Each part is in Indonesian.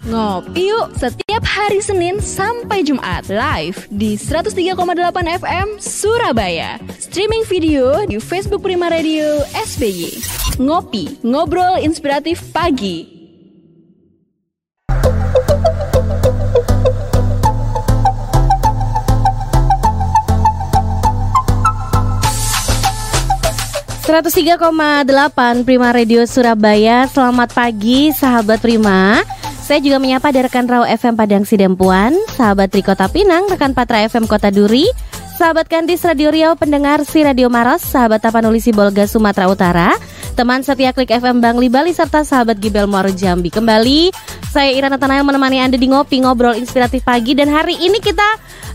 Ngopi yuk setiap hari Senin sampai Jumat live di 103,8 FM Surabaya. Streaming video di Facebook Prima Radio SBY. Ngopi, ngobrol inspiratif pagi. (103,8) Prima Radio Surabaya. Selamat pagi sahabat Prima. Saya juga menyapa dari rekan Raw FM Padang Sidempuan, sahabat Tri Kota Pinang, rekan Patra FM Kota Duri, sahabat Kandis Radio Riau, pendengar si Radio Maros, sahabat Tapanuli Sibolga Sumatera Utara, teman setia Klik FM Bangli Bali, serta sahabat Gibel Muaro Jambi. Kembali saya Irana Tanaya menemani Anda di Ngopi Ngobrol Inspiratif Pagi. Dan hari ini kita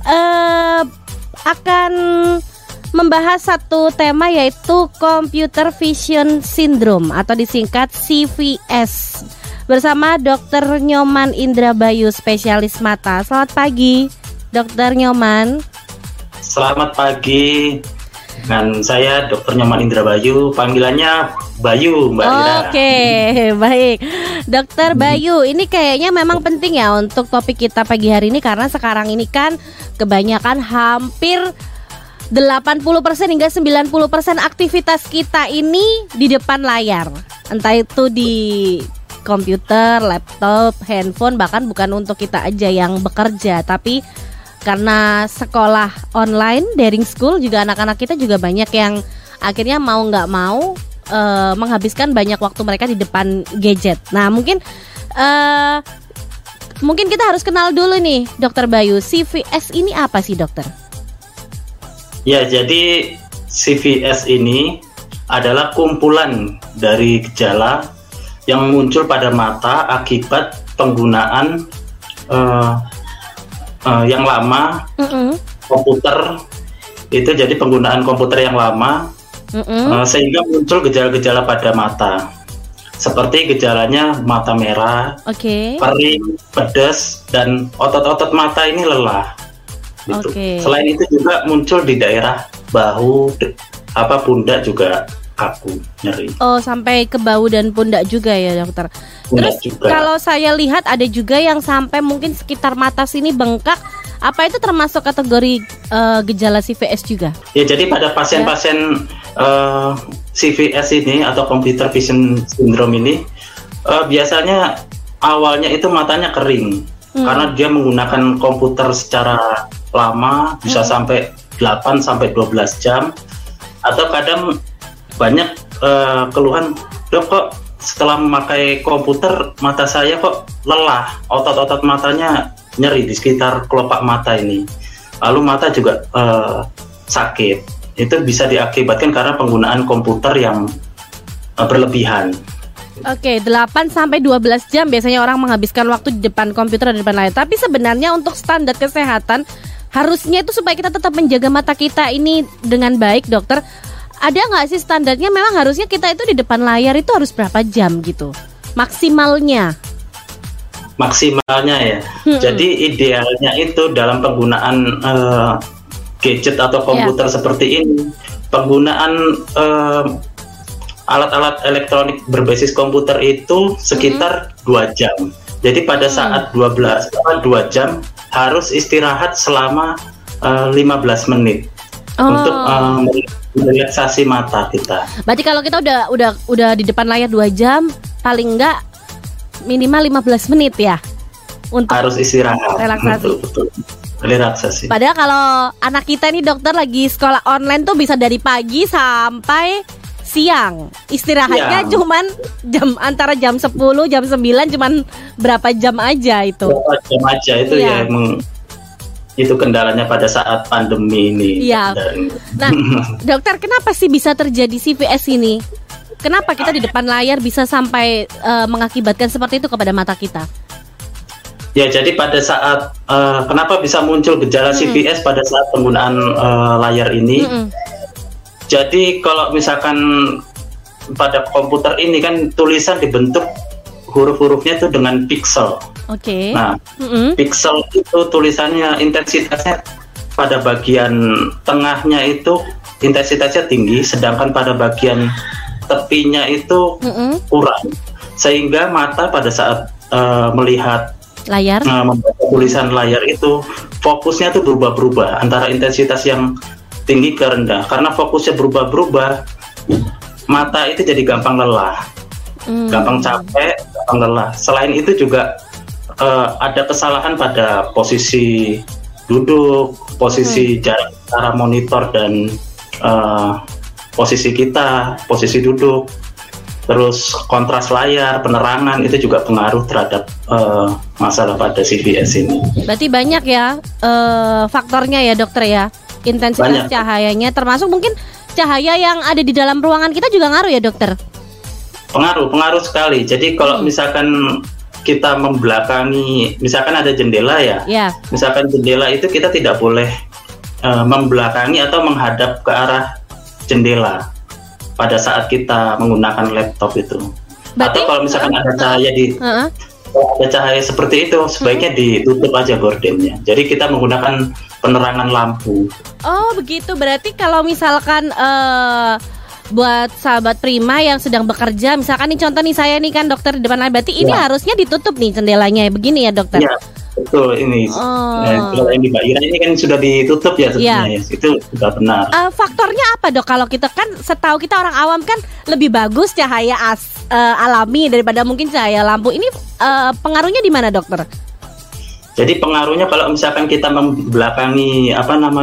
akan membahas satu tema, yaitu Computer Vision Syndrome atau disingkat CVS, bersama Dr. Nyoman Indrabayu, spesialis mata. Selamat pagi, Dr. Nyoman. Selamat pagi. Dan saya Dr. Nyoman Indrabayu, panggilannya Bayu, Mbak Ira. Oke, baik. Dokter Bayu, ini kayaknya memang penting ya untuk topik kita pagi hari ini, karena sekarang ini kan kebanyakan hampir 80% hingga 90% aktivitas kita ini di depan layar. Entah itu di komputer, laptop, handphone, bahkan bukan untuk kita aja yang bekerja, tapi karena sekolah online, daring school, juga anak-anak kita juga banyak yang akhirnya mau nggak mau menghabiskan banyak waktu mereka di depan gadget. Nah, mungkin kita harus kenal dulu nih, Dokter Bayu, CVS ini apa sih, dokter? Ya, jadi CVS ini adalah kumpulan dari gejala yang muncul pada mata akibat penggunaan yang lama, komputer itu, jadi penggunaan komputer yang lama, sehingga muncul gejala-gejala pada mata, seperti gejalanya mata merah, perih, pedas, dan otot-otot mata ini lelah. Gitu. Selain itu juga muncul di daerah bahu, pundak juga kaku, nyeri. Oh, sampai ke bahu dan pundak juga ya, dokter. Terus kalau saya lihat ada juga yang sampai mungkin sekitar mata sini bengkak. Apa itu termasuk kategori gejala CVS juga? Ya, jadi pada pasien-pasien CVS ini atau Computer Vision Syndrome ini biasanya awalnya itu matanya kering karena dia menggunakan komputer secara lama, bisa sampai 8-12 jam, atau kadang banyak keluhan, dok, kok setelah memakai komputer mata saya kok lelah, otot-otot matanya nyeri di sekitar kelopak mata ini, lalu mata juga sakit. Itu bisa diakibatkan karena penggunaan komputer yang berlebihan. Oke, 8-12 jam biasanya orang menghabiskan waktu di depan komputer dan depan layar. Tapi sebenarnya untuk standar kesehatan harusnya itu supaya kita tetap menjaga mata kita ini dengan baik, dokter. Ada nggak sih standarnya, memang harusnya kita itu di depan layar itu harus berapa jam gitu maksimalnya? Maksimalnya ya. Jadi idealnya itu dalam penggunaan gadget atau komputer seperti ini, penggunaan alat-alat elektronik berbasis komputer itu sekitar 2 jam. Jadi pada saat 2 jam harus istirahat selama 15 menit untuk relaksasi mata kita. Berarti kalau kita udah di depan layar 2 jam, paling enggak minimal 15 menit ya untuk harus istirahat, relaksasi. Betul. Relaksasi. Padahal kalau anak kita nih, dokter, lagi sekolah online tuh bisa dari pagi sampai siang. Istirahatnya cuman antara jam 10, jam 9, cuman berapa jam aja itu. Berapa jam aja itu ya emang itu kendalanya pada saat pandemi ini. Iya. Nah, dokter, kenapa sih bisa terjadi CVS ini? Kenapa kita di depan layar bisa sampai mengakibatkan seperti itu kepada mata kita? Ya, jadi pada saat kenapa bisa muncul gejala CVS pada saat penggunaan layar ini? Jadi kalau misalkan pada komputer ini kan tulisan dibentuk huruf-hurufnya itu dengan pixel. Nah, pixel itu tulisannya intensitasnya pada bagian tengahnya itu intensitasnya tinggi, sedangkan pada bagian tepinya itu kurang. Sehingga mata pada saat melihat layar. Membaca tulisan layar itu fokusnya tuh berubah-berubah antara intensitas yang tinggi ke rendah. Karena fokusnya berubah-berubah, mata itu jadi gampang lelah, gampang capek, gampang lelah. Selain itu juga ada kesalahan pada posisi duduk, posisi jarak antara monitor dan posisi kita, posisi duduk, terus kontras layar, penerangan itu juga pengaruh terhadap masalah pada CVS ini. Berarti banyak ya faktornya ya dokter ya, intensitas banyak. Cahayanya, termasuk mungkin cahaya yang ada di dalam ruangan kita juga ngaruh ya dokter? Pengaruh sekali. Jadi kalau misalkan kita membelakangi, misalkan ada jendela ya, misalkan jendela itu kita tidak boleh membelakangi atau menghadap ke arah jendela pada saat kita menggunakan laptop itu. Berarti, atau kalau misalkan ada cahaya ada cahaya seperti itu, sebaiknya ditutup aja gordennya. Jadi kita menggunakan penerangan lampu. Oh begitu, berarti kalau misalkan buat sahabat Prima yang sedang bekerja, misalkan nih contoh nih saya nih kan dokter di depan, berarti ini harusnya ditutup nih jendelanya, begini ya dokter? Iya, betul ini. Kalau ini Mbak Ira ini kan sudah ditutup ya sebenarnya, itu sudah benar. Faktornya apa dok? Kalau kita kan setahu kita orang awam kan lebih bagus cahaya alami daripada mungkin cahaya lampu. Ini pengaruhnya di mana dokter? Jadi pengaruhnya kalau misalkan kita membelakangi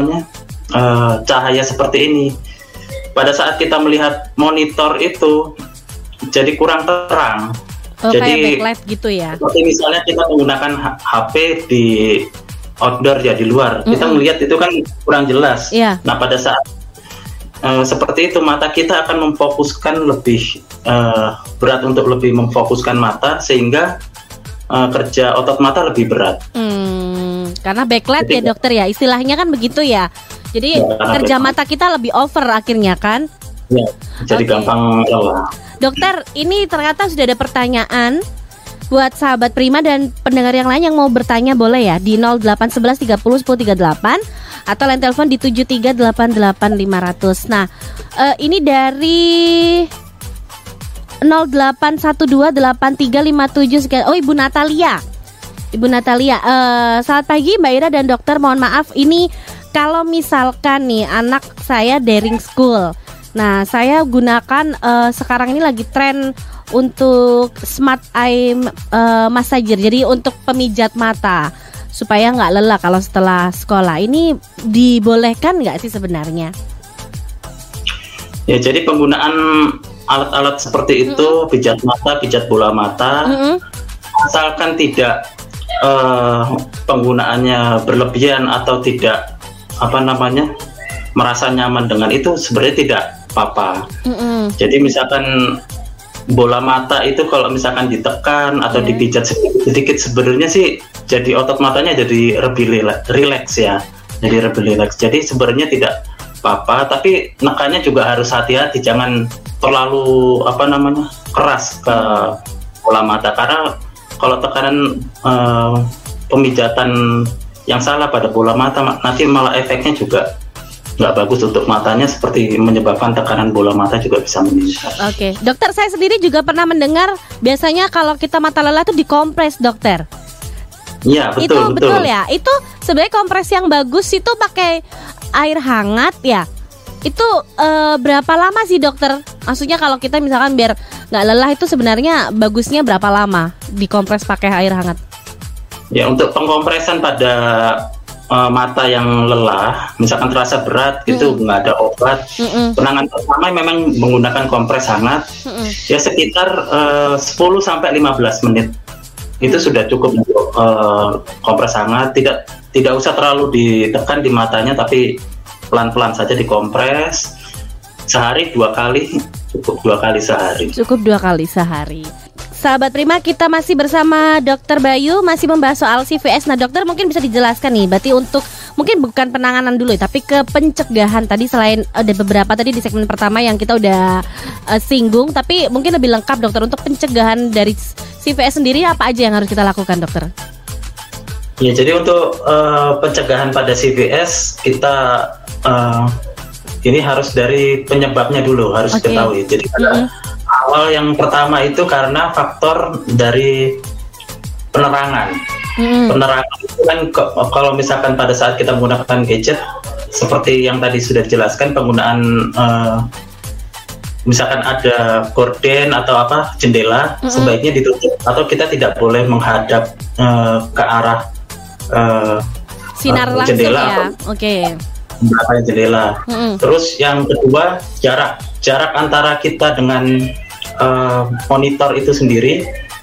cahaya seperti ini, pada saat kita melihat monitor itu jadi kurang terang. Jadi kayak backlight gitu ya. Seperti misalnya kita menggunakan HP di outdoor ya, di luar, kita melihat itu kan kurang jelas. Nah pada saat seperti itu mata kita akan memfokuskan lebih berat untuk lebih memfokuskan mata, sehingga kerja otot mata lebih berat. Karena backlight ya dokter ya, istilahnya kan begitu ya. Jadi kerja mata kita lebih over akhirnya kan? Ya, jadi gampang lelah. Dokter, ini ternyata sudah ada pertanyaan buat sahabat Prima dan pendengar yang lain yang mau bertanya boleh ya di 0811 30 10 38 atau line telepon di 7388500. Nah, ini dari 08128357 sekian. Oh, Ibu Natalia. Selamat pagi Mbak Ira dan dokter. Mohon maaf, ini kalau misalkan nih anak saya daring school. Nah, saya gunakan sekarang ini lagi tren untuk smart eye massager. Jadi untuk pemijat mata supaya nggak lelah kalau setelah sekolah. Ini dibolehkan nggak sih sebenarnya? Ya, jadi penggunaan alat-alat seperti itu, pijat mata, pijat bola mata, asalkan tidak penggunaannya berlebihan atau tidak merasa nyaman dengan itu, sebenarnya tidak apa-apa. Jadi misalkan bola mata itu kalau misalkan ditekan atau dipijat sedikit sebenarnya sih jadi otot matanya jadi lebih rileks ya. Jadi sebenarnya tidak apa-apa, tapi nekannya juga harus hati-hati, jangan terlalu keras ke bola mata, karena kalau tekanan pemijatan yang salah pada bola mata nanti malah efeknya juga nggak bagus untuk matanya, seperti menyebabkan tekanan bola mata juga bisa meningkat. Oke, dokter, saya sendiri juga pernah mendengar biasanya kalau kita mata lelah itu dikompres, dokter. Iya, betul. Betul ya. Itu sebenarnya kompres yang bagus itu pakai air hangat ya. Itu berapa lama sih dokter? Maksudnya kalau kita misalkan biar nggak lelah itu sebenarnya bagusnya berapa lama dikompres pakai air hangat? Ya, untuk pengkompresan pada mata yang lelah, misalkan terasa berat itu nggak ada obat. Penanganan pertama memang menggunakan kompres hangat. Ya sekitar 10-15 menit itu sudah cukup untuk kompres hangat. Tidak usah terlalu ditekan di matanya, tapi pelan-pelan saja dikompres. Sehari 2 kali, cukup 2 kali sehari. Cukup 2 kali sehari. Sahabat Prima, kita masih bersama Dokter Bayu, masih membahas soal CVS. Nah dokter, mungkin bisa dijelaskan nih, berarti untuk mungkin bukan penanganan dulu ya, tapi ke pencegahan tadi. Selain ada beberapa tadi di segmen pertama yang kita udah singgung, tapi mungkin lebih lengkap dokter, untuk pencegahan dari CVS sendiri apa aja yang harus kita lakukan dokter? Ya, jadi untuk pencegahan pada CVS kita ini harus dari penyebabnya dulu harus diketahui. Jadi awal yang pertama itu karena faktor dari penerangan. Penerangan itu kan kalau misalkan pada saat kita menggunakan gadget seperti yang tadi sudah dijelaskan, penggunaan misalkan ada gorden atau jendela, sebaiknya ditutup atau kita tidak boleh menghadap ke arah sinar langsung jendela ya. Oke. Belakang jendela. Terus yang kedua, jarak antara kita dengan monitor itu sendiri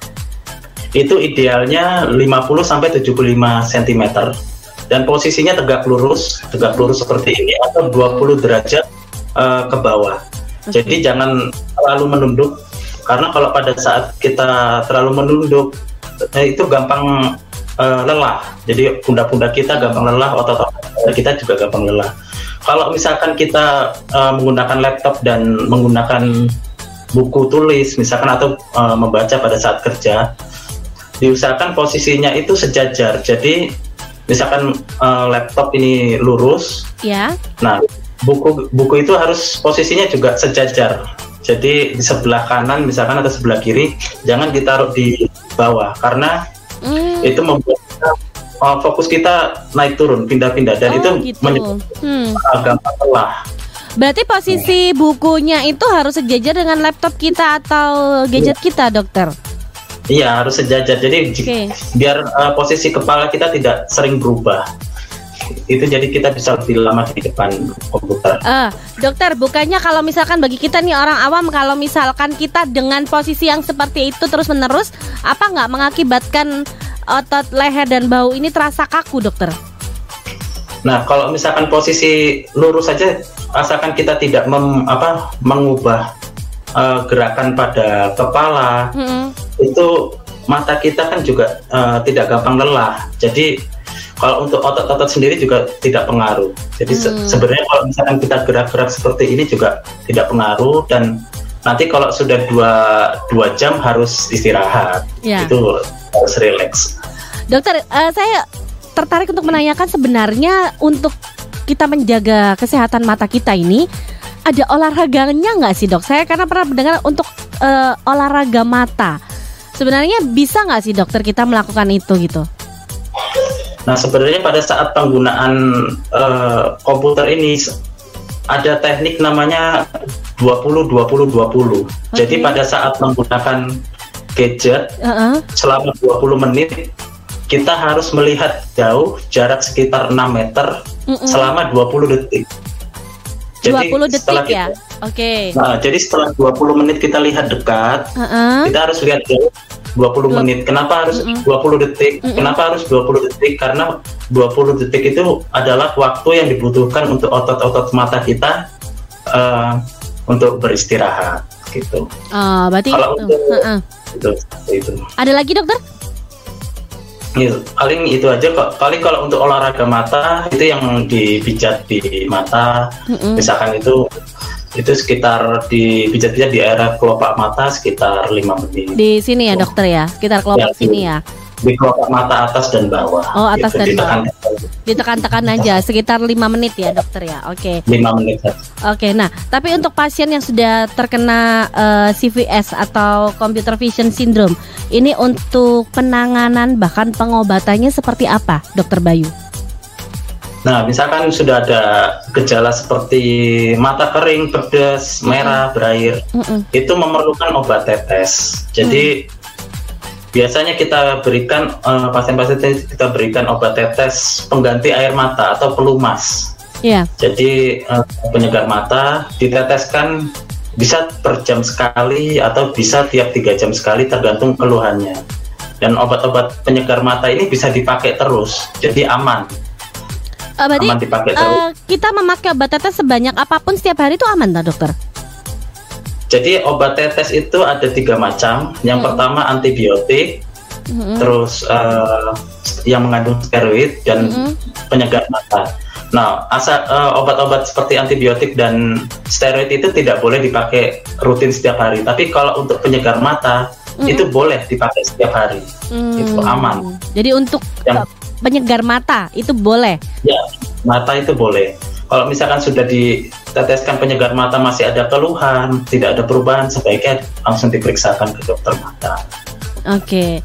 itu idealnya 50 sampai 75 cm dan posisinya tegak lurus seperti ini atau 20 derajat ke bawah. Jadi jangan terlalu menunduk, karena kalau pada saat kita terlalu menunduk itu gampang lelah. Jadi pundak-pundak kita gampang lelah, otot-otot kita juga gampang lelah. Kalau misalkan kita menggunakan laptop dan menggunakan buku tulis misalkan atau membaca pada saat kerja, diusahakan posisinya itu sejajar. Jadi misalkan laptop ini lurus, ya. Nah, buku itu harus posisinya juga sejajar. Jadi di sebelah kanan misalkan atau sebelah kiri, jangan ditaruh di bawah karena itu membuat fokus kita naik turun, pindah-pindah, dan itu gitu. menyebabkan gampang lelah. Berarti posisi bukunya itu harus sejajar dengan laptop kita atau gadget kita, dokter? Iya, harus sejajar. Jadi biar posisi kepala kita tidak sering berubah. Itu jadi kita bisa lebih lama di depan komputer. Dokter, bukannya kalau misalkan bagi kita nih orang awam, kalau misalkan kita dengan posisi yang seperti itu terus-menerus, apa nggak mengakibatkan otot leher dan bahu ini terasa kaku, dokter? Nah, kalau misalkan posisi lurus saja, asalkan kita tidak mengubah gerakan pada kepala, itu mata kita kan juga tidak gampang lelah. Jadi kalau untuk otot-otot sendiri juga tidak pengaruh. Jadi sebenarnya kalau misalkan kita gerak-gerak seperti ini juga tidak pengaruh, dan nanti kalau sudah 2 jam harus istirahat. Itu harus relax. Dokter, saya tertarik untuk menanyakan, sebenarnya untuk kita menjaga kesehatan mata kita ini ada olahraganya nggak sih, dok? Saya karena pernah mendengar untuk olahraga mata. Sebenarnya bisa nggak sih, dokter, kita melakukan itu gitu? Nah, sebenarnya pada saat penggunaan komputer ini ada teknik namanya 20-20-20. Jadi pada saat menggunakan gadget selama 20 menit kita harus melihat jauh, jarak sekitar 6 meter selama 20 detik. Jadi 20 detik ya? Oke. Nah, jadi setelah 20 menit kita lihat dekat, kita harus lihat jauh 20 menit. Kenapa harus 20 detik? Kenapa harus 20 detik? Karena 20 detik itu adalah waktu yang dibutuhkan untuk otot-otot mata kita untuk beristirahat gitu. Berarti kalau itu. Ada lagi, dokter? Paling itu aja kok. Paling kalau untuk olahraga mata itu yang dipijat di mata, misalkan itu sekitar dipijat-pijat di area kelopak mata sekitar 5 menit. Di sini ya, dokter ya, sekitar kelopak sini ya. Di kelopak mata atas dan bawah. Oh, atas dan bawah. Ditekan-tekan aja sekitar 5 menit ya, dokter ya. Oke. 5 menit. Oke, nah, tapi untuk pasien yang sudah terkena CVS atau computer vision syndrome, ini untuk penanganan bahkan pengobatannya seperti apa, Dokter Bayu? Nah, misalkan sudah ada gejala seperti mata kering, pedas, merah, berair, itu memerlukan obat tetes. Jadi biasanya kita berikan pasien-pasien kita berikan obat tetes pengganti air mata atau pelumas. Jadi penyegar mata diteteskan bisa per jam sekali atau bisa tiap 3 jam sekali tergantung keluhannya. Dan obat-obat penyegar mata ini bisa dipakai terus, jadi aman. Berarti aman dipakai terus. Kita memakai obat tetes sebanyak apapun setiap hari itu aman, tak, dokter? Jadi obat tetes itu ada 3 macam. Yang pertama antibiotik, terus yang mengandung steroid dan penyegar mata. Nah, obat-obat seperti antibiotik dan steroid itu tidak boleh dipakai rutin setiap hari. Tapi kalau untuk penyegar mata itu boleh dipakai setiap hari. Itu aman. Jadi untuk penyegar mata itu boleh? Ya, mata itu boleh. Kalau misalkan sudah diteteskan penyegar mata masih ada keluhan, tidak ada perubahan, sebaiknya langsung diperiksakan ke dokter mata. Oke.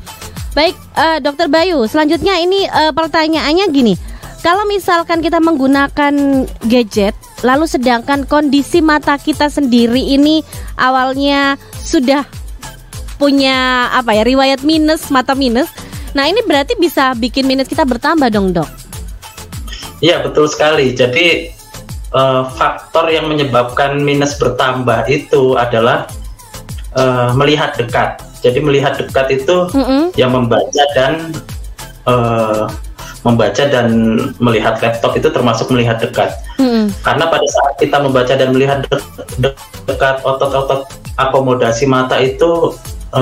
Baik, Dokter Bayu, selanjutnya ini pertanyaannya gini. Kalau misalkan kita menggunakan gadget, lalu sedangkan kondisi mata kita sendiri ini awalnya sudah punya riwayat minus, mata minus. Nah, ini berarti bisa bikin minus kita bertambah dong, Dok? Iya, betul sekali. Jadi faktor yang menyebabkan minus bertambah itu adalah melihat dekat. Jadi melihat dekat itu yang membaca dan melihat laptop itu termasuk melihat dekat. Karena pada saat kita membaca dan melihat dekat, otot-otot akomodasi mata itu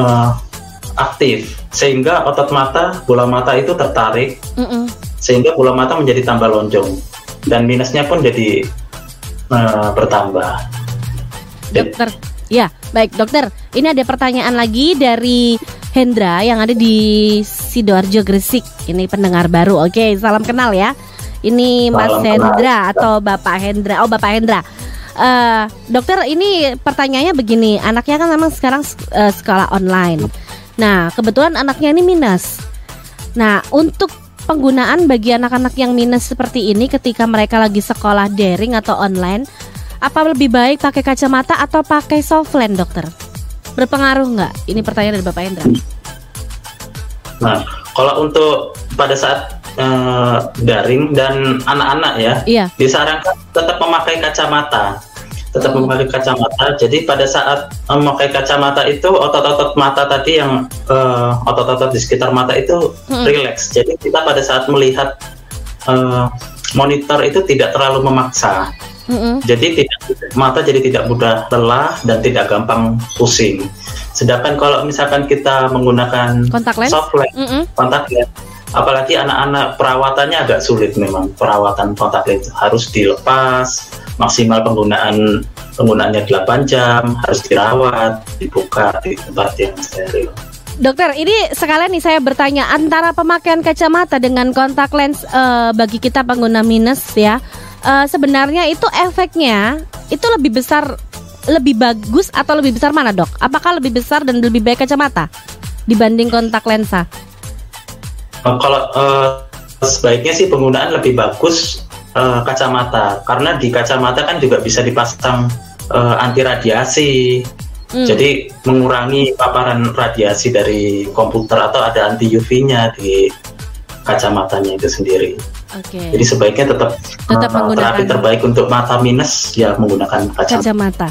aktif, sehingga otot mata, bola mata itu tertarik, sehingga bola mata menjadi tambah lonjong dan minusnya pun jadi bertambah. Dokter, ya baik dokter. Ini ada pertanyaan lagi dari Hendra yang ada di Sidoarjo, Gresik. Ini pendengar baru. Oke, salam kenal ya. Ini Mas Hendra atau Bapak Hendra. Oh, Bapak Hendra. Dokter, ini pertanyaannya begini. Anaknya kan memang sekarang sekolah online. Nah, kebetulan anaknya ini minus. Nah, untuk penggunaan bagi anak-anak yang minus seperti ini ketika mereka lagi sekolah daring atau online, apa lebih baik pakai kacamata atau pakai soft lens, dokter? Berpengaruh nggak? Ini pertanyaan dari Bapak Hendra. Nah, kalau untuk pada saat daring dan anak-anak ya, disarankan tetap memakai kacamata. Memakai kacamata. Jadi pada saat memakai kacamata itu otot-otot mata tadi yang otot-otot di sekitar mata itu rileks. Jadi kita pada saat melihat monitor itu tidak terlalu memaksa. Jadi mata jadi tidak mudah lelah dan tidak gampang pusing. Sedangkan kalau misalkan kita menggunakan soft lens, kontak lens, apalagi anak-anak, perawatannya agak sulit memang. Perawatan kontak lens harus dilepas, maksimal penggunaannya 8 jam, harus dirawat, dibuka di tempat yang steril. Dokter, ini sekalian nih saya bertanya, antara pemakaian kacamata dengan kontak lens bagi kita pengguna minus ya, sebenarnya itu efeknya itu lebih besar, lebih bagus atau lebih besar mana, Dok? Apakah lebih besar dan lebih baik kacamata dibanding kontak lensa? Kalau sebaiknya sih penggunaan lebih bagus kacamata, karena di kacamata kan juga bisa dipasang anti radiasi. Jadi mengurangi paparan radiasi dari komputer, atau ada anti UV-nya di kacamatanya itu sendiri. Jadi sebaiknya tetap menggunakan terapi terbaik untuk mata minus ya menggunakan kacamata.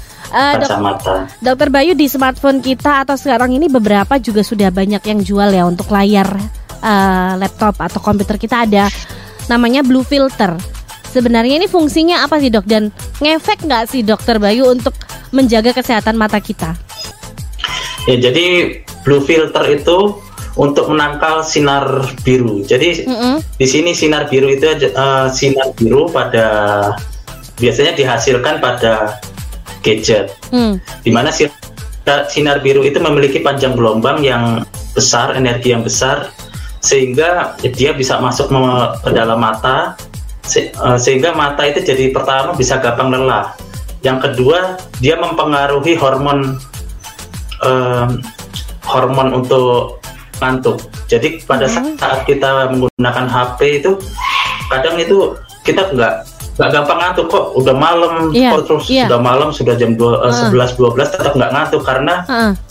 Dokter Bayu, di smartphone kita atau sekarang ini beberapa juga sudah banyak yang jual ya untuk layar laptop atau komputer kita, ada namanya blue filter. Sebenarnya ini fungsinya apa sih, Dok? Dan ngefek nggak sih, Dokter Bayu, untuk menjaga kesehatan mata kita? Ya, jadi blue filter itu untuk menangkal sinar biru. Jadi di sini sinar biru itu sinar biru biasanya dihasilkan pada gadget, di mana sinar biru itu memiliki panjang gelombang yang besar, energi yang besar, sehingga dia bisa masuk ke dalam mata, sehingga mata itu jadi pertama bisa gampang lelah. Yang kedua, dia mempengaruhi hormon untuk ngantuk. Jadi pada saat kita menggunakan HP itu kadang itu kita nggak gampang ngantuk kok. Udah malam sudah malam, sudah jam 11-12 tetap nggak ngantuk karena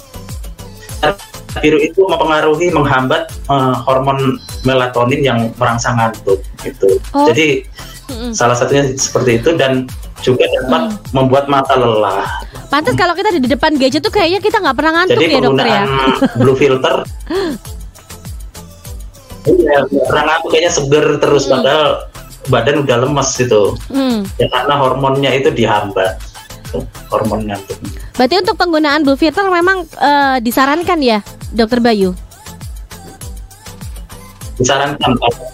biru itu menghambat hormon melatonin yang merangsang ngantuk gitu. Jadi salah satunya seperti itu, dan juga dapat membuat mata lelah. Pantas kalau kita di depan gadget tuh kayaknya kita nggak pernah ngantuk. Jadi ya, dokter ya. Blue filter pernah ngantuk, kayaknya seger terus padahal badan udah lemes gitu. Ya karena hormonnya itu dihambat, hormon ngantuk. Berarti untuk penggunaan blue filter memang disarankan ya, Dokter Bayu? Disarankan.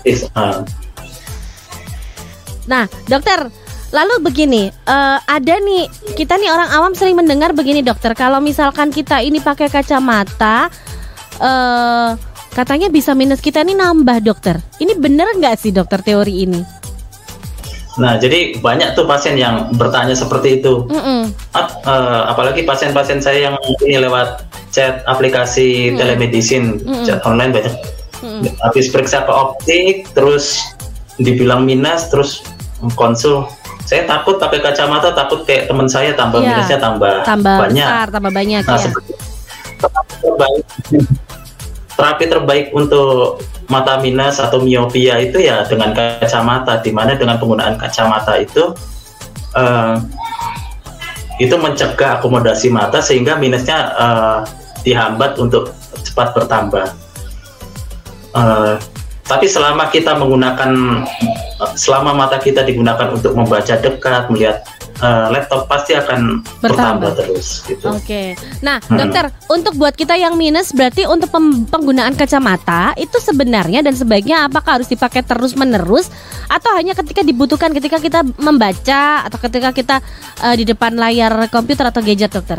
Nah, dokter, lalu begini, ada nih, kita nih orang awam sering mendengar begini, dokter, kalau misalkan kita ini pakai kacamata, katanya bisa minus kita ini nambah, dokter. Ini bener nggak sih, dokter, teori ini? Nah, jadi banyak tuh pasien yang bertanya seperti itu. Apalagi pasien-pasien saya yang ini lewat chat aplikasi telemedicine, chat online banyak. Habis periksa ke optik, terus dibilang minus, terus konsul. Saya takut pakai kacamata, takut kayak teman saya tambah minusnya tambah banyak. Besar, tambah banyak. Nah, terapi terbaik untuk mata minus atau miopia itu ya dengan kacamata, di mana dengan penggunaan kacamata itu mencegah akomodasi mata sehingga minusnya dihambat untuk cepat bertambah. Tapi selama mata kita digunakan untuk membaca dekat, melihat laptop, pasti akan bertambah terus gitu. Oke. Nah, dokter, untuk buat kita yang minus, berarti untuk penggunaan kacamata itu sebenarnya dan sebaiknya apakah harus dipakai terus-menerus atau hanya ketika dibutuhkan, ketika kita membaca atau ketika kita di depan layar komputer atau gadget, dokter?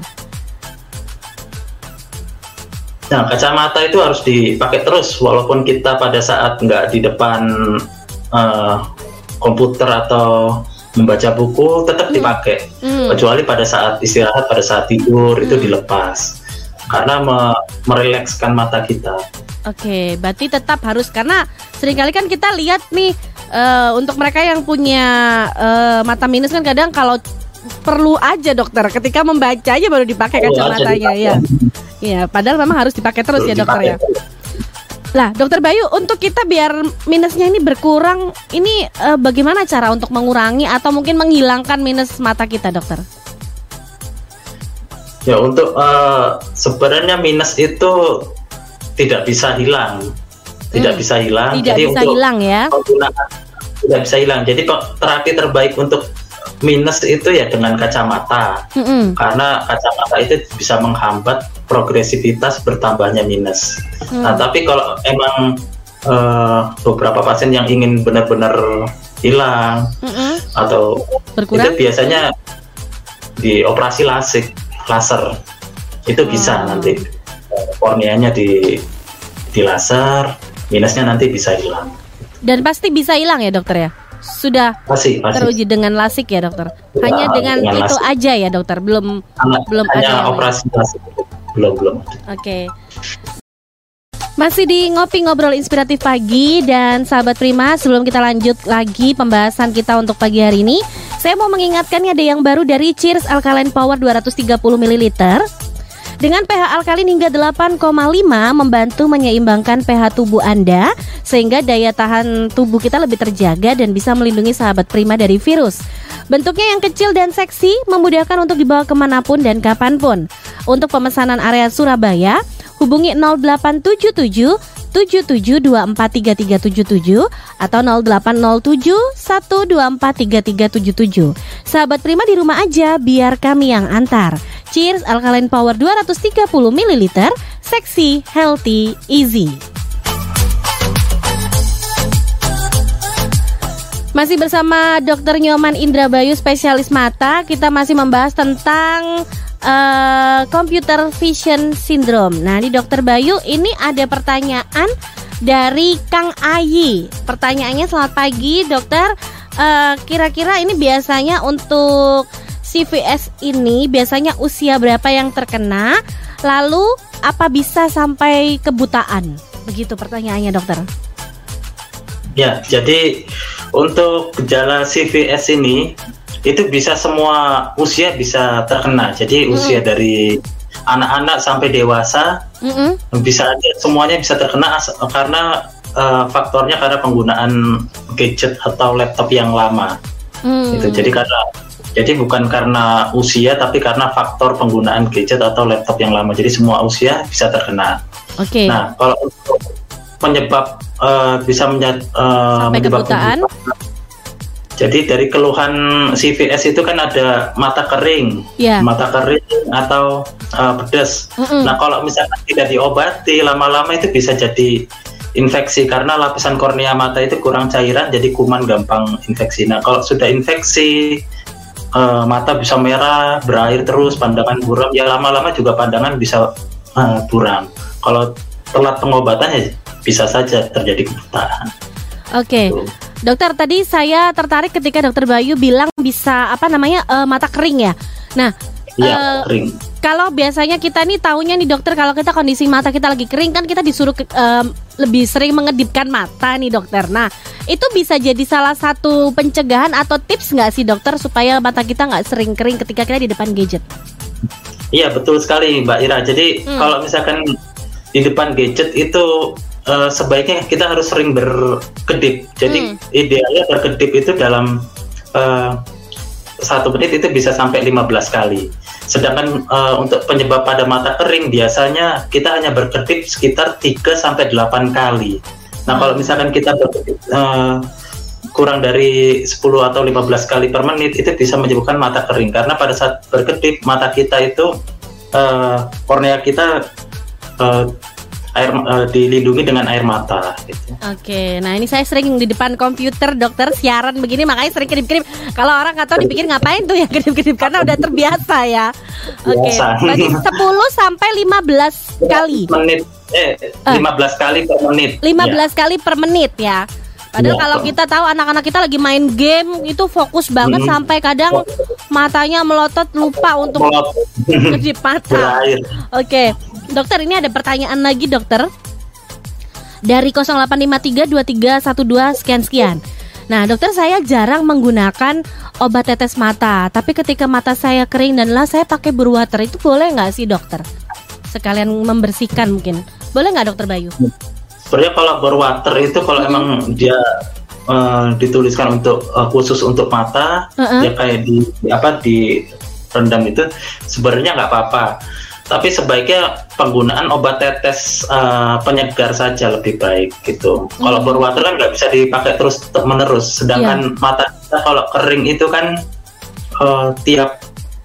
Nah, kacamata itu harus dipakai terus walaupun kita pada saat nggak di depan komputer atau membaca buku tetap dipakai, kecuali pada saat istirahat, pada saat tidur itu dilepas karena merilekskan mata kita. Oke, berarti tetap harus, karena seringkali kan kita lihat nih untuk mereka yang punya mata minus kan kadang kalau perlu aja dokter ketika membaca aja baru dipakai kacamatanya ya. Iya, padahal memang harus dipakai terus ya dokter ya. Lah, Dokter Bayu, untuk kita biar minusnya ini berkurang, ini bagaimana cara untuk mengurangi atau mungkin menghilangkan minus mata kita, dokter? Ya, untuk sebenarnya minus itu tidak bisa hilang, tidak bisa hilang. Tidak bisa hilang ya? Tidak bisa hilang. Jadi terapi terbaik untuk minus itu ya dengan kacamata, karena kacamata itu bisa menghambat progresivitas bertambahnya minus. Nah, tapi kalau emang beberapa pasien yang ingin benar-benar hilang atau berkurang, itu biasanya dioperasi laser itu bisa nanti korneanya di laser, minusnya nanti bisa hilang. Dan pasti bisa hilang ya dokter ya? Sudah pasti. Teruji dengan lasik ya dokter? Hanya dengan itu lasik aja ya dokter? Belum hanya ada operasi lasik, belum. Oke. Masih di Ngopi Ngobrol Inspiratif Pagi. Dan sahabat Prima, sebelum kita lanjut lagi pembahasan kita untuk pagi hari ini, saya mau mengingatkan ada yang baru dari Cheers Alkaline Power 230 ml dengan pH alkalin hingga 8,5, membantu menyeimbangkan pH tubuh Anda sehingga daya tahan tubuh kita lebih terjaga dan bisa melindungi sahabat Prima dari virus. Bentuknya yang kecil dan seksi, memudahkan untuk dibawa kemanapun dan kapanpun. Untuk pemesanan area Surabaya, hubungi 0877 77243377 atau 0807 1243377. Sahabat Prima di rumah aja, biar kami yang antar. Cheers Alkaline Power 230 ml, seksi, healthy, easy. Masih bersama Dr. Nyoman Indrabayu, spesialis mata. Kita masih membahas tentang computer vision syndrome. Nah, di Dokter Bayu ini ada pertanyaan dari Kang Ayi. Pertanyaannya, selamat pagi dokter. Kira-kira ini biasanya untuk CVS ini biasanya usia berapa yang terkena? Lalu apa bisa sampai kebutaan? Begitu pertanyaannya dokter. Ya, jadi untuk gejala CVS ini itu bisa semua usia bisa terkena. Jadi usia dari anak-anak sampai dewasa bisa aja, semuanya bisa terkena karena faktornya karena penggunaan gadget atau laptop yang lama. Itu jadi bukan karena usia tapi karena faktor penggunaan gadget atau laptop yang lama. Jadi semua usia bisa terkena. Oke. Nah, kalau untuk penyebab bisa sampai kebutaan. Jadi dari keluhan CVS itu kan ada mata kering, mata kering atau pedas. Nah, kalau misalkan tidak diobati, lama-lama itu bisa jadi infeksi karena lapisan kornea mata itu kurang cairan, jadi kuman gampang infeksi. Nah, kalau sudah infeksi, mata bisa merah, berair terus, pandangan buram. Ya lama-lama juga pandangan bisa buram. Kalau telat pengobatan ya bisa saja terjadi kebutaan. Oke. Dokter, tadi saya tertarik ketika Dokter Bayu bilang bisa mata kering ya. Nah, kering. kalau biasanya kita nih taunya nih dokter, kalau kita kondisi mata kita lagi kering kan kita disuruh lebih sering mengedipkan mata nih dokter. Nah itu bisa jadi salah satu pencegahan atau tips nggak sih dokter supaya mata kita nggak sering kering ketika kita di depan gadget? Iya betul sekali Mbak Ira. Jadi kalau misalkan di depan gadget itu sebaiknya kita harus sering berkedip. Jadi idealnya berkedip itu dalam 1 menit itu bisa sampai 15 kali. Sedangkan untuk penyebab pada mata kering biasanya kita hanya berkedip sekitar 3-8 kali. Nah kalau misalkan kita berkedip kurang dari 10 atau 15 kali per menit itu bisa menyebabkan mata kering. Karena pada saat berkedip mata kita itu kornea kita dilindungi dengan air mata gitu. Oke, nah ini saya sering di depan komputer dokter siaran begini makanya sering kedip-kedip. Kalau orang nggak tahu dipikir ngapain tuh ya kedip-kedip karena udah terbiasa ya. Oke, berarti 10 sampai 15 kali. Menit 15 kali per menit. 15 kali per menit ya. Padahal kalau kita tahu anak-anak kita lagi main game itu fokus banget sampai kadang matanya melotot lupa untuk kedip mata. Oke. Dokter, ini ada pertanyaan lagi dokter dari 08532312 sekian. Nah dokter, saya jarang menggunakan obat tetes mata, tapi ketika mata saya kering dan lelah saya pakai Burwater, itu boleh nggak sih dokter? Sekalian membersihkan mungkin. Boleh nggak dokter Bayu? Sebenarnya kalau Burwater itu kalau emang dia dituliskan untuk khusus untuk mata, ya kayak di rendam itu sebenarnya nggak apa-apa. Tapi sebaiknya penggunaan obat tetes penyegar saja lebih baik gitu. Kalau Burwater kan nggak bisa dipakai terus menerus. Sedangkan mata kita kalau kering itu kan tiap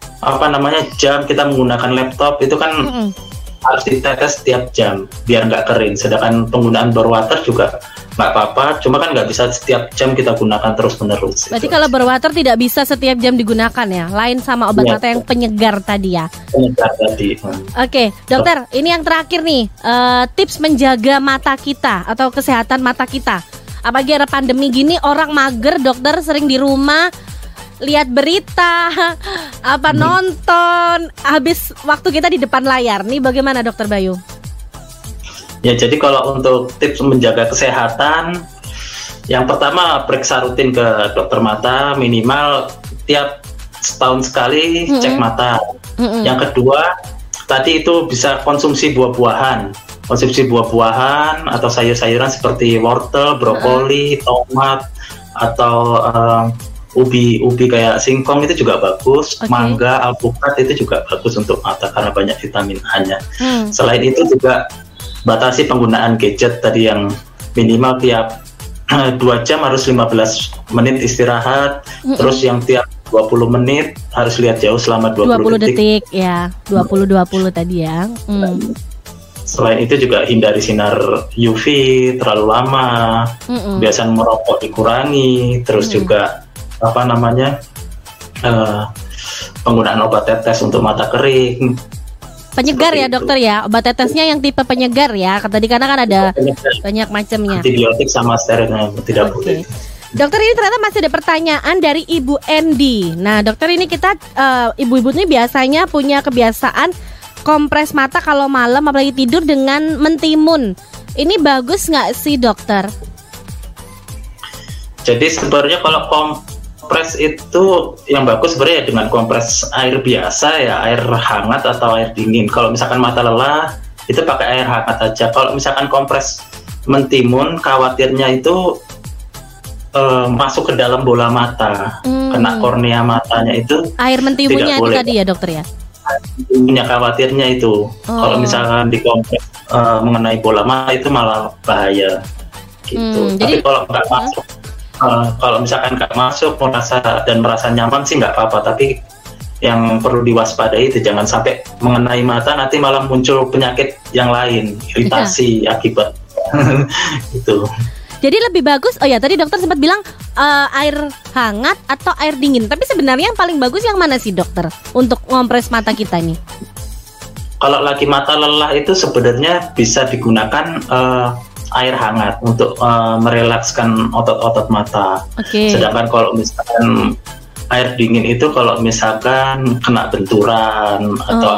jam kita menggunakan laptop itu kan harus ditetes setiap jam biar nggak kering. Sedangkan penggunaan Burwater juga nggak apa-apa, cuma kan nggak bisa setiap jam kita gunakan terus menerus. Berarti kalau Burwater tidak bisa setiap jam digunakan ya, lain sama obat mata yang penyegar tadi ya. Penyegar tadi. Oke, dokter, ini yang terakhir nih, tips menjaga mata kita atau kesehatan mata kita. Apalagi ada pandemi gini, orang mager, dokter sering di rumah lihat berita, nonton, habis waktu kita di depan layar. Nih bagaimana dokter Bayu? Ya, jadi kalau untuk tips menjaga kesehatan, yang pertama periksa rutin ke dokter mata minimal tiap setahun sekali cek mata. Yang kedua, tadi itu bisa konsumsi buah-buahan atau sayur-sayuran seperti wortel, brokoli, tomat atau ubi kayak singkong itu juga bagus. Mangga, alpukat itu juga bagus untuk mata karena banyak vitamin A-nya. Selain itu juga batasi penggunaan gadget tadi yang minimal tiap 2 jam harus 15 menit istirahat, terus yang tiap 20 menit harus lihat jauh selama 20 detik ya, 20-20 tadi ya. Selain itu juga hindari sinar UV terlalu lama, biasanya merokok dikurangi, terus juga penggunaan obat tetes untuk mata kering. Penyegar ya dokter ya, obat tetesnya yang tipe penyegar ya. Tadi karena kan ada banyak macamnya. Antibiotik sama steroidnya tidak boleh. Dokter, ini ternyata masih ada pertanyaan dari Ibu Endi. Nah dokter, ini kita ibu-ibu ini biasanya punya kebiasaan kompres mata kalau malam apalagi tidur dengan mentimun. Ini bagus nggak sih dokter? Jadi sebenarnya kalau kompres itu yang bagus sebenarnya dengan kompres air biasa ya, air hangat atau air dingin. Kalau misalkan mata lelah itu pakai air hangat aja. Kalau misalkan kompres mentimun, khawatirnya itu masuk ke dalam bola mata, kena kornea matanya itu. Air mentimunnya itu tadi ya dokter ya? Punya khawatirnya itu. Kalau misalkan dikompres mengenai bola mata itu malah bahaya gitu. Tapi kalau nggak masuk, kalau misalkan nggak masuk merasa nyaman sih nggak apa-apa, tapi yang perlu diwaspadai itu jangan sampai mengenai mata nanti malah muncul penyakit yang lain, iritasi akibat itu. Jadi lebih bagus, tadi dokter sempat bilang air hangat atau air dingin, tapi sebenarnya yang paling bagus yang mana sih dokter untuk ngompres mata kita nih? Kalau lagi mata lelah itu sebenarnya bisa digunakan air hangat untuk merelakskan otot-otot mata. Sedangkan kalau misalkan air dingin itu kalau misalkan kena benturan atau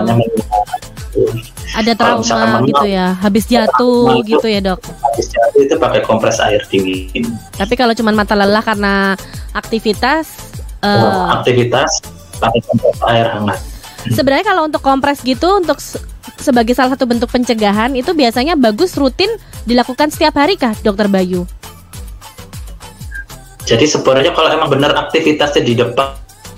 ada trauma gitu ya, habis jatuh gitu ya dok. Habis jatuh itu pakai kompres air dingin. Tapi kalau cuma mata lelah karena aktivitas pakai kompres air hangat. Sebenarnya kalau untuk kompres gitu, untuk sebagai salah satu bentuk pencegahan itu biasanya bagus rutin dilakukan setiap hari kah Dokter Bayu? Jadi sebenarnya kalau emang benar aktivitasnya di depan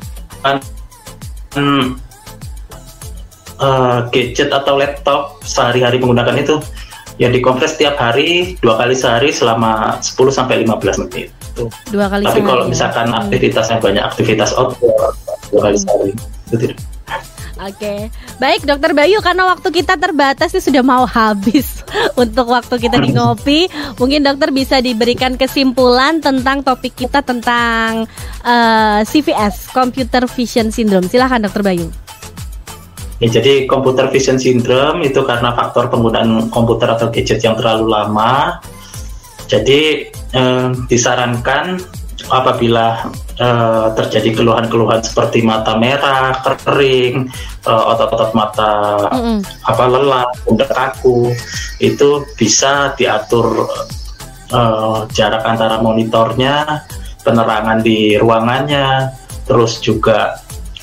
gadget atau laptop sehari-hari menggunakan itu, ya dikompres setiap hari 2 kali sehari selama 10-15 menit. 2 kali Tapi sehari. kalau misalkan aktivitasnya banyak, aktivitas outdoor 2 kali sehari itu tidak. Oke, baik Dokter Bayu, karena waktu kita terbatas ini sudah mau habis untuk waktu kita di ngopi. Mungkin dokter bisa diberikan kesimpulan tentang topik kita tentang CVS, Computer Vision Syndrome. Silakan Dokter Bayu. Ya, jadi Computer Vision Syndrome itu karena faktor penggunaan komputer atau gadget yang terlalu lama. Jadi disarankan apabila terjadi keluhan-keluhan seperti mata merah, kering, otot-otot mata lelah, pundak kaku, itu bisa diatur jarak antara monitornya, penerangan di ruangannya, terus juga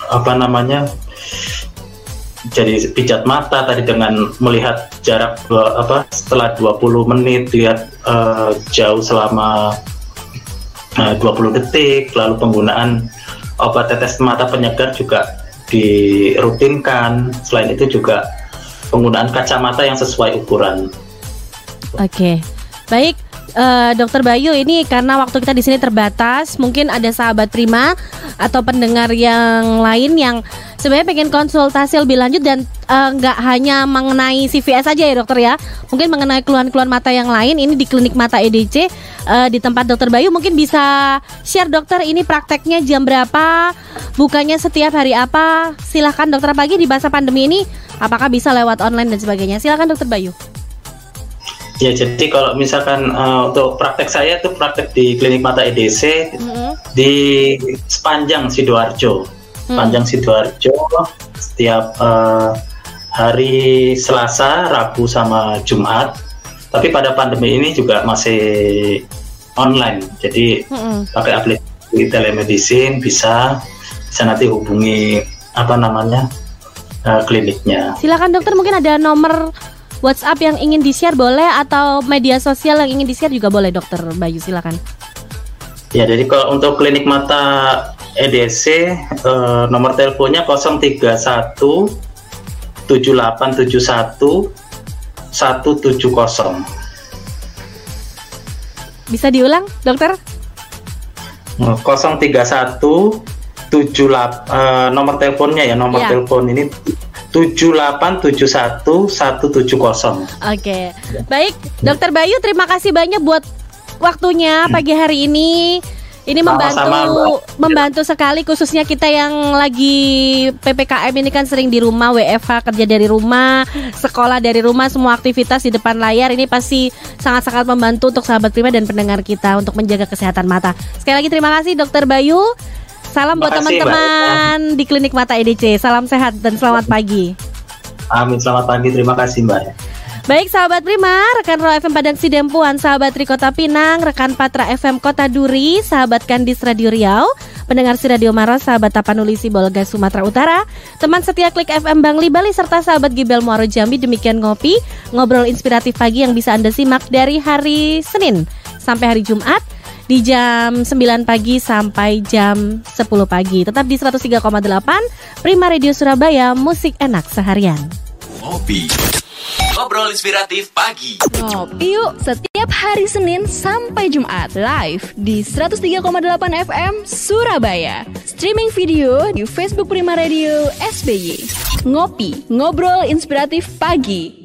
jadi pijat mata tadi dengan melihat jarak setelah 20 menit lihat jauh selama 20 detik, lalu penggunaan obat tetes mata penyegar juga dirutinkan. Selain itu juga penggunaan kacamata yang sesuai ukuran. Oke, baik Dokter Bayu, ini karena waktu kita di sini terbatas, mungkin ada sahabat Prima atau pendengar yang lain yang sebenarnya pengen konsultasi lebih lanjut dan nggak hanya mengenai CVS saja ya dokter ya, mungkin mengenai keluhan-keluhan mata yang lain. Ini di Klinik Mata EDC di tempat Dokter Bayu, mungkin bisa share dokter, ini prakteknya jam berapa, bukanya setiap hari apa. Silahkan dokter, pagi di masa pandemi ini apakah bisa lewat online dan sebagainya. Silahkan Dokter Bayu. Ya, jadi kalau misalkan untuk praktek saya itu praktek di Klinik Mata EDC di sepanjang Sidoarjo. Sepanjang Sidoarjo setiap hari Selasa, Rabu sama Jumat. Tapi pada pandemi ini juga masih online. Jadi pakai aplikasi telemedicine bisa nanti hubungi kliniknya. Silakan dokter, mungkin ada nomor WhatsApp yang ingin di-share boleh, atau media sosial yang ingin di-share juga boleh Dokter Bayu, silakan. Ya, jadi kalau untuk Klinik Mata EDC nomor teleponnya 031 7871 170. Bisa diulang, Dokter? 031 nomor teleponnya ya, telepon ini 7871 170. Oke. Baik, Dokter Bayu, terima kasih banyak buat waktunya pagi hari ini. Ini membantu sekali, khususnya kita yang lagi PPKM ini kan sering di rumah, WFH, kerja dari rumah, sekolah dari rumah, semua aktivitas di depan layar. Ini pasti sangat-sangat membantu untuk sahabat Prima dan pendengar kita untuk menjaga kesehatan mata. Sekali lagi terima kasih Dokter Bayu. Salam buat teman-teman di Klinik Mata EDC. Salam sehat dan selamat pagi. Amin, selamat pagi. Terima kasih Mbak. Baik sahabat Prima, rekan Roa FM Padang Sidempuan, sahabat Tri Kota Pinang, rekan Patra FM Kota Duri, sahabat Kandis Radio Riau, pendengar si Radio Maros, sahabat Tapanuli Sibolga Sumatera Utara, teman setia Klik FM Bangli Bali, serta sahabat Gibel Muaro Jambi. Demikian ngobrol inspiratif pagi yang bisa Anda simak dari hari Senin sampai hari Jumat di jam 9 pagi sampai jam 10 pagi. Tetap di 103,8 Prima Radio Surabaya, musik enak seharian. Ngopi, ngobrol inspiratif pagi. Ngopi yuk setiap hari Senin sampai Jumat live di 103,8 FM Surabaya. Streaming video di Facebook Prima Radio SBY. Ngopi, ngobrol inspiratif pagi.